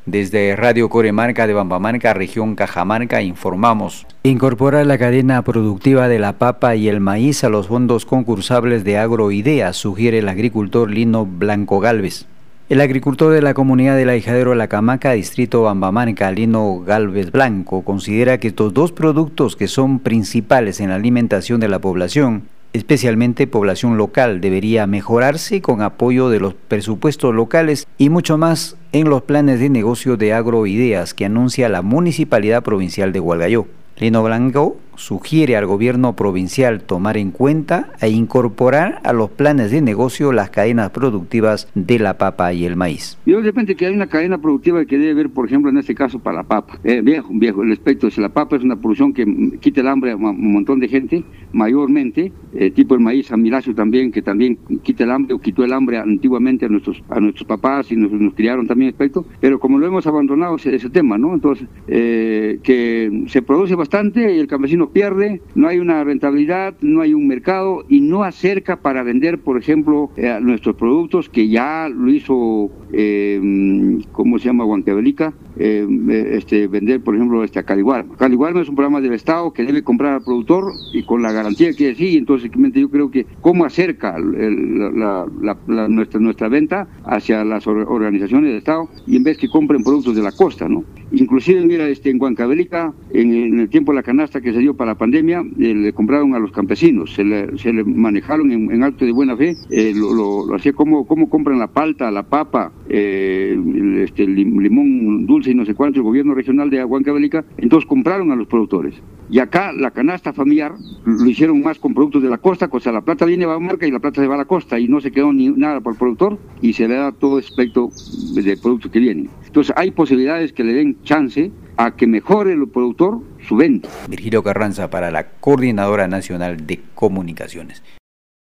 Desde Radio Coremarca de Bambamarca, región Cajamarca, informamos. Incorporar la cadena productiva de la papa y el maíz a los fondos concursables de Agroidea, sugiere el agricultor Lino Blanco Galvez. El agricultor de la comunidad del Ahijadero La Camaca, distrito Bambamarca, Lino Galvez Blanco, considera que estos dos productos que son principales en la alimentación de la población, especialmente población local, debería mejorarse con apoyo de los presupuestos locales y mucho más en los planes de negocio de Agroideas que anuncia la Municipalidad Provincial de Hualgayoc. Lino Blanco sugiere al gobierno provincial tomar en cuenta e incorporar a los planes de negocio las cadenas productivas de la papa y el maíz. Yo depende que hay una cadena productiva que debe haber, por ejemplo, en este caso para la papa. Viejo, el aspecto es la papa es una producción que quita el hambre a un montón de gente, mayormente, tipo el maíz amiláceo también, que también quita el hambre o quitó el hambre antiguamente a nuestros papás y nos criaron también aspecto, pero como lo hemos abandonado ese tema, ¿no? Entonces, que se produce bastante y el campesino pierde, no hay una rentabilidad, no hay un mercado y no acerca para vender, por ejemplo, nuestros productos que ya lo hizo, ¿cómo se llama? Huancavelica, vender, por ejemplo, a Caliwarma. Caliwarma es un programa del Estado que debe comprar al productor y con la garantía que sí, entonces yo creo que cómo acerca nuestra venta hacia las organizaciones del Estado y en vez que compren productos de la costa, ¿no? Inclusive, mira, en Huancavelica, en el tiempo de la canasta que se dio para la pandemia, le compraron a los campesinos, se le manejaron en acto de buena fe, lo hacía cómo compran la palta, la papa, limón dulce y no sé cuánto, el gobierno regional de Huancavelica, entonces compraron a los productores. Y acá la canasta familiar lo hicieron más con productos de la costa, o sea, la plata viene a Bambamarca y la plata se va a la costa y no se quedó ni nada para el productor y se le da todo aspecto de productos que vienen. Entonces hay posibilidades que le den chance a que mejore el productor su venta. Virgilio Carranza para la Coordinadora Nacional de Comunicaciones.